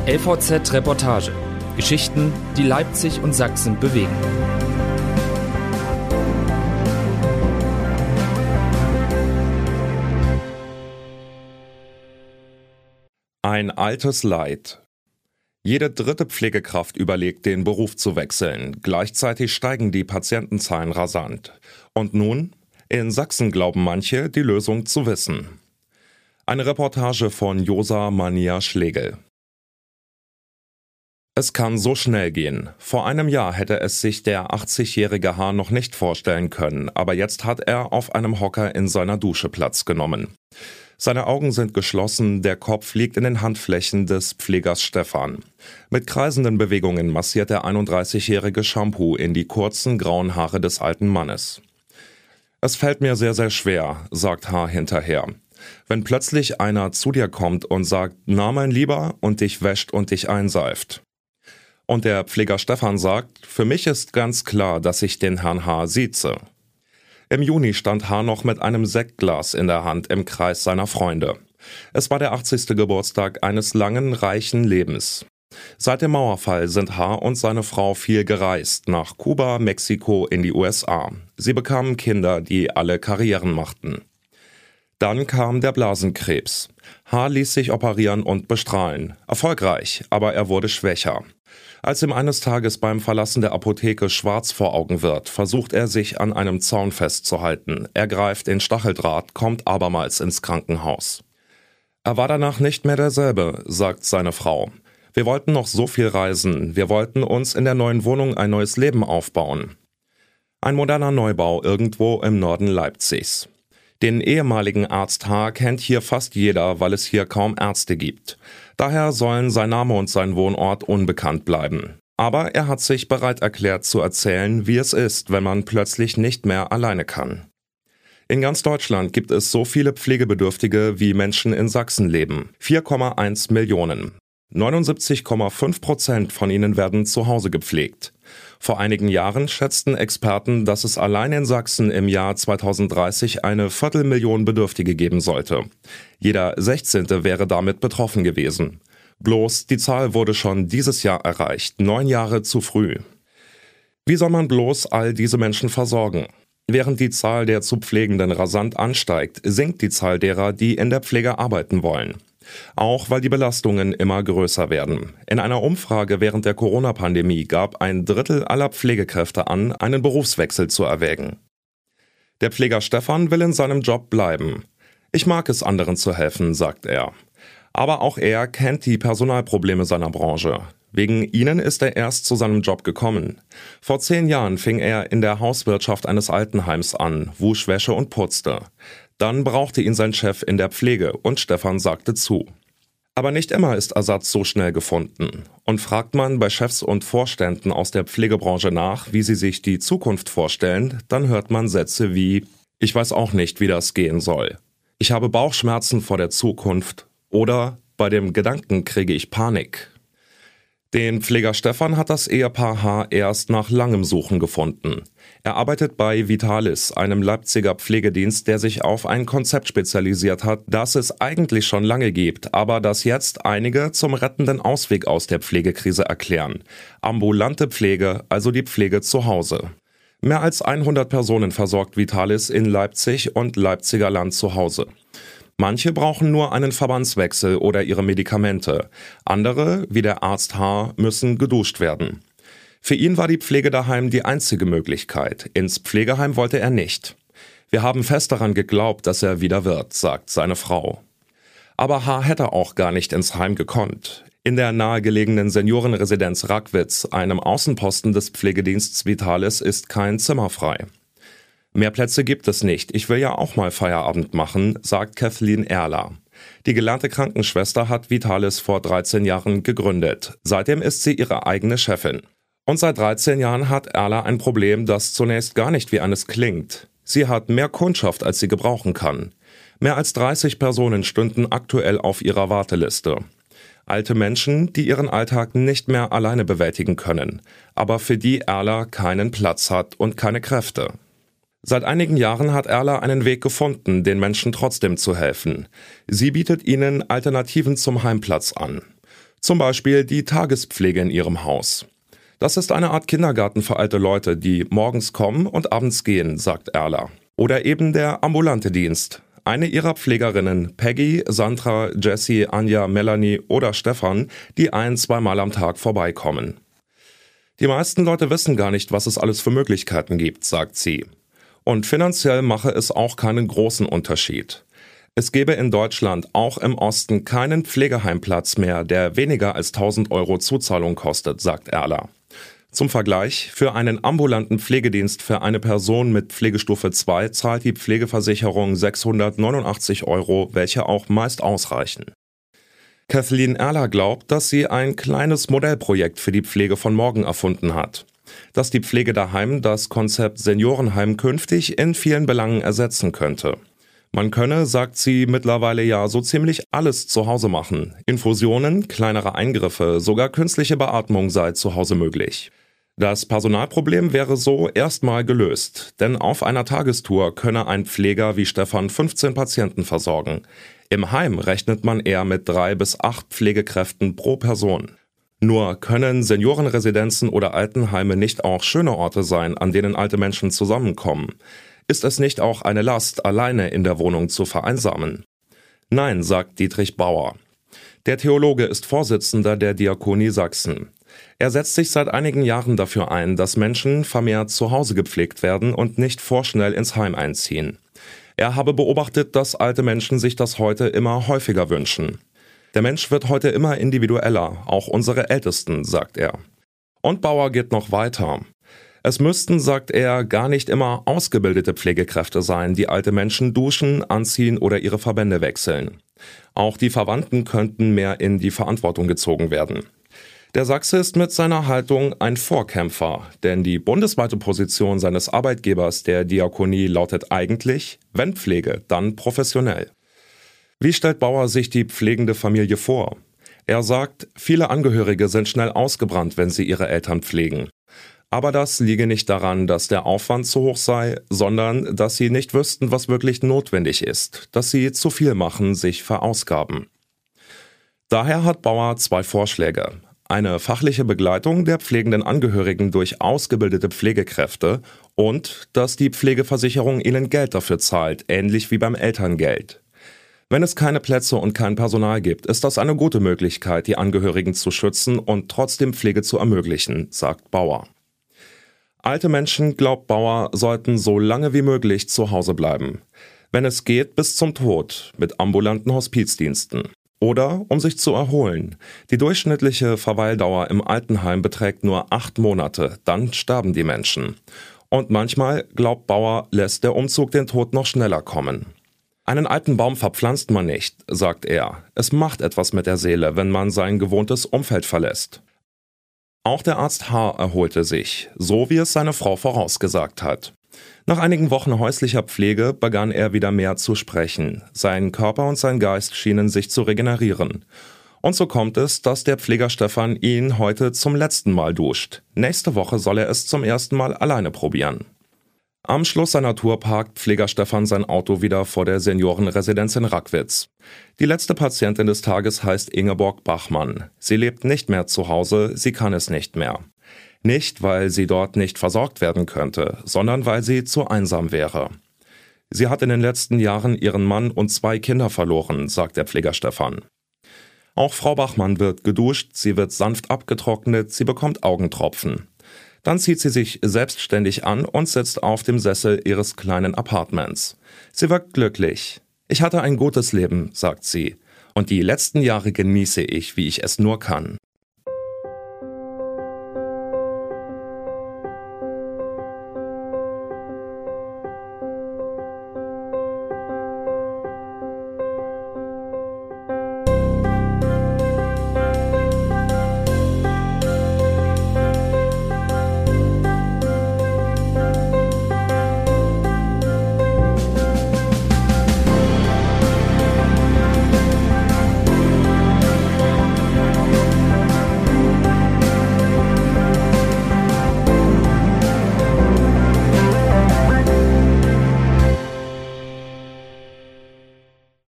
LVZ Reportage. Geschichten, die Leipzig und Sachsen bewegen. Ein altes Leid. Jede dritte Pflegekraft überlegt, den Beruf zu wechseln. Gleichzeitig steigen die Patientenzahlen rasant. Und nun? In Sachsen glauben manche, die Lösung zu wissen. Eine Reportage von Josa Mania-Schlegel. Es kann so schnell gehen. Vor einem Jahr hätte es sich der 80-jährige H. noch nicht vorstellen können, aber jetzt hat er auf einem Hocker in seiner Dusche Platz genommen. Seine Augen sind geschlossen, der Kopf liegt in den Handflächen des Pflegers Stefan. Mit kreisenden Bewegungen massiert der 31-jährige Shampoo in die kurzen grauen Haare des alten Mannes. Es fällt mir sehr, sehr schwer, sagt H. hinterher. Wenn plötzlich einer zu dir kommt und sagt, na mein Lieber, und dich wäscht und dich einseift. Und der Pfleger Stefan sagt, für mich ist ganz klar, dass ich den Herrn H. sieze. Im Juni stand H. noch mit einem Sektglas in der Hand im Kreis seiner Freunde. Es war der 80. Geburtstag eines langen, reichen Lebens. Seit dem Mauerfall sind H. und seine Frau viel gereist, nach Kuba, Mexiko, in die USA. Sie bekamen Kinder, die alle Karrieren machten. Dann kam der Blasenkrebs. H. ließ sich operieren und bestrahlen. Erfolgreich, aber er wurde schwächer. Als ihm eines Tages beim Verlassen der Apotheke schwarz vor Augen wird, versucht er sich an einem Zaun festzuhalten. Er greift in Stacheldraht, kommt abermals ins Krankenhaus. Er war danach nicht mehr derselbe, sagt seine Frau. Wir wollten noch so viel reisen, wir wollten uns in der neuen Wohnung ein neues Leben aufbauen. Ein moderner Neubau irgendwo im Norden Leipzigs. Den ehemaligen Arzt H. kennt hier fast jeder, weil es hier kaum Ärzte gibt. Daher sollen sein Name und sein Wohnort unbekannt bleiben. Aber er hat sich bereit erklärt zu erzählen, wie es ist, wenn man plötzlich nicht mehr alleine kann. In ganz Deutschland gibt es so viele Pflegebedürftige, wie Menschen in Sachsen leben. 4,1 Millionen. 79,5% von ihnen werden zu Hause gepflegt. Vor einigen Jahren schätzten Experten, dass es allein in Sachsen im Jahr 2030 eine Viertelmillion Bedürftige geben sollte. Jeder 16. wäre damit betroffen gewesen. Bloß die Zahl wurde schon dieses Jahr erreicht, 9 Jahre zu früh. Wie soll man bloß all diese Menschen versorgen? Während die Zahl der zu Pflegenden rasant ansteigt, sinkt die Zahl derer, die in der Pflege arbeiten wollen. Auch weil die Belastungen immer größer werden. In einer Umfrage während der Corona-Pandemie gab 1/3 aller Pflegekräfte an, einen Berufswechsel zu erwägen. Der Pfleger Stefan will in seinem Job bleiben. Ich mag es, anderen zu helfen, sagt er. Aber auch er kennt die Personalprobleme seiner Branche. Wegen ihnen ist er erst zu seinem Job gekommen. Vor 10 Jahren fing er in der Hauswirtschaft eines Altenheims an, wusch Wäsche und putzte. Dann brauchte ihn sein Chef in der Pflege und Stefan sagte zu. Aber nicht immer ist Ersatz so schnell gefunden. Und fragt man bei Chefs und Vorständen aus der Pflegebranche nach, wie sie sich die Zukunft vorstellen, dann hört man Sätze wie, ich weiß auch nicht, wie das gehen soll. Ich habe Bauchschmerzen vor der Zukunft oder bei dem Gedanken kriege ich Panik. Den Pfleger Stefan hat das Ehepaar H. erst nach langem Suchen gefunden. Er arbeitet bei Vitalis, einem Leipziger Pflegedienst, der sich auf ein Konzept spezialisiert hat, das es eigentlich schon lange gibt, aber das jetzt einige zum rettenden Ausweg aus der Pflegekrise erklären. Ambulante Pflege, also die Pflege zu Hause. Mehr als 100 Personen versorgt Vitalis in Leipzig und Leipziger Land zu Hause. Manche brauchen nur einen Verbandswechsel oder ihre Medikamente. Andere, wie der Arzt H., müssen geduscht werden. Für ihn war die Pflege daheim die einzige Möglichkeit. Ins Pflegeheim wollte er nicht. Wir haben fest daran geglaubt, dass er wieder wird, sagt seine Frau. Aber H. hätte auch gar nicht ins Heim gekonnt. In der nahegelegenen Seniorenresidenz Rackwitz, einem Außenposten des Pflegedienstes Vitalis, ist kein Zimmer frei. Mehr Plätze gibt es nicht. Ich will ja auch mal Feierabend machen, sagt Kathleen Erler. Die gelernte Krankenschwester hat Vitalis vor 13 Jahren gegründet. Seitdem ist sie ihre eigene Chefin. Und seit 13 Jahren hat Erler ein Problem, das zunächst gar nicht wie eines klingt. Sie hat mehr Kundschaft, als sie gebrauchen kann. Mehr als 30 Personen stünden aktuell auf ihrer Warteliste. Alte Menschen, die ihren Alltag nicht mehr alleine bewältigen können, aber für die Erler keinen Platz hat und keine Kräfte. Seit einigen Jahren hat Erla einen Weg gefunden, den Menschen trotzdem zu helfen. Sie bietet ihnen Alternativen zum Heimplatz an. Zum Beispiel die Tagespflege in ihrem Haus. Das ist eine Art Kindergarten für alte Leute, die morgens kommen und abends gehen, sagt Erla. Oder eben der ambulante Dienst. Eine ihrer Pflegerinnen, Peggy, Sandra, Jessie, Anja, Melanie oder Stefan, die 1-2 Mal am Tag vorbeikommen. Die meisten Leute wissen gar nicht, was es alles für Möglichkeiten gibt, sagt sie. Und finanziell mache es auch keinen großen Unterschied. Es gebe in Deutschland auch im Osten keinen Pflegeheimplatz mehr, der weniger als 1.000 € Zuzahlung kostet, sagt Erla. Zum Vergleich, für einen ambulanten Pflegedienst für eine Person mit Pflegestufe 2 zahlt die Pflegeversicherung 689 €, welche auch meist ausreichen. Kathleen Erla glaubt, dass sie ein kleines Modellprojekt für die Pflege von morgen erfunden hat. Dass die Pflege daheim das Konzept Seniorenheim künftig in vielen Belangen ersetzen könnte. Man könne, sagt sie, mittlerweile ja so ziemlich alles zu Hause machen. Infusionen, kleinere Eingriffe, sogar künstliche Beatmung sei zu Hause möglich. Das Personalproblem wäre so erstmal gelöst, denn auf einer Tagestour könne ein Pfleger wie Stefan 15 Patienten versorgen. Im Heim rechnet man eher mit 3 bis 8 Pflegekräften pro Person. Nur können Seniorenresidenzen oder Altenheime nicht auch schöne Orte sein, an denen alte Menschen zusammenkommen? Ist es nicht auch eine Last, alleine in der Wohnung zu vereinsamen? Nein, sagt Dietrich Bauer. Der Theologe ist Vorsitzender der Diakonie Sachsen. Er setzt sich seit einigen Jahren dafür ein, dass Menschen vermehrt zu Hause gepflegt werden und nicht vorschnell ins Heim einziehen. Er habe beobachtet, dass alte Menschen sich das heute immer häufiger wünschen. Der Mensch wird heute immer individueller, auch unsere Ältesten, sagt er. Und Bauer geht noch weiter. Es müssten, sagt er, gar nicht immer ausgebildete Pflegekräfte sein, die alte Menschen duschen, anziehen oder ihre Verbände wechseln. Auch die Verwandten könnten mehr in die Verantwortung gezogen werden. Der Sachse ist mit seiner Haltung ein Vorkämpfer, denn die bundesweite Position seines Arbeitgebers, der Diakonie, lautet eigentlich, wenn Pflege, dann professionell. Wie stellt Bauer sich die pflegende Familie vor? Er sagt, viele Angehörige sind schnell ausgebrannt, wenn sie ihre Eltern pflegen. Aber das liege nicht daran, dass der Aufwand zu hoch sei, sondern dass sie nicht wüssten, was wirklich notwendig ist, dass sie zu viel machen, sich verausgaben. Daher hat Bauer 2 Vorschläge. Eine fachliche Begleitung der pflegenden Angehörigen durch ausgebildete Pflegekräfte und dass die Pflegeversicherung ihnen Geld dafür zahlt, ähnlich wie beim Elterngeld. Wenn es keine Plätze und kein Personal gibt, ist das eine gute Möglichkeit, die Angehörigen zu schützen und trotzdem Pflege zu ermöglichen, sagt Bauer. Alte Menschen, glaubt Bauer, sollten so lange wie möglich zu Hause bleiben. Wenn es geht, bis zum Tod, mit ambulanten Hospizdiensten. Oder um sich zu erholen. Die durchschnittliche Verweildauer im Altenheim beträgt nur 8 Monate, dann sterben die Menschen. Und manchmal, glaubt Bauer, lässt der Umzug den Tod noch schneller kommen. Einen alten Baum verpflanzt man nicht, sagt er. Es macht etwas mit der Seele, wenn man sein gewohntes Umfeld verlässt. Auch der Arzt H. erholte sich, so wie es seine Frau vorausgesagt hat. Nach einigen Wochen häuslicher Pflege begann er wieder mehr zu sprechen. Sein Körper und sein Geist schienen sich zu regenerieren. Und so kommt es, dass der Pfleger Stefan ihn heute zum letzten Mal duscht. Nächste Woche soll er es zum ersten Mal alleine probieren. Am Schluss seiner Tour parkt Pfleger Stefan sein Auto wieder vor der Seniorenresidenz in Rackwitz. Die letzte Patientin des Tages heißt Ingeborg Bachmann. Sie lebt nicht mehr zu Hause, sie kann es nicht mehr. Nicht, weil sie dort nicht versorgt werden könnte, sondern weil sie zu einsam wäre. Sie hat in den letzten Jahren ihren Mann und 2 Kinder verloren, sagt der Pfleger Stefan. Auch Frau Bachmann wird geduscht, sie wird sanft abgetrocknet, sie bekommt Augentropfen. Dann zieht sie sich selbstständig an und sitzt auf dem Sessel ihres kleinen Apartments. Sie wirkt glücklich. Ich hatte ein gutes Leben, sagt sie. Und die letzten Jahre genieße ich, wie ich es nur kann.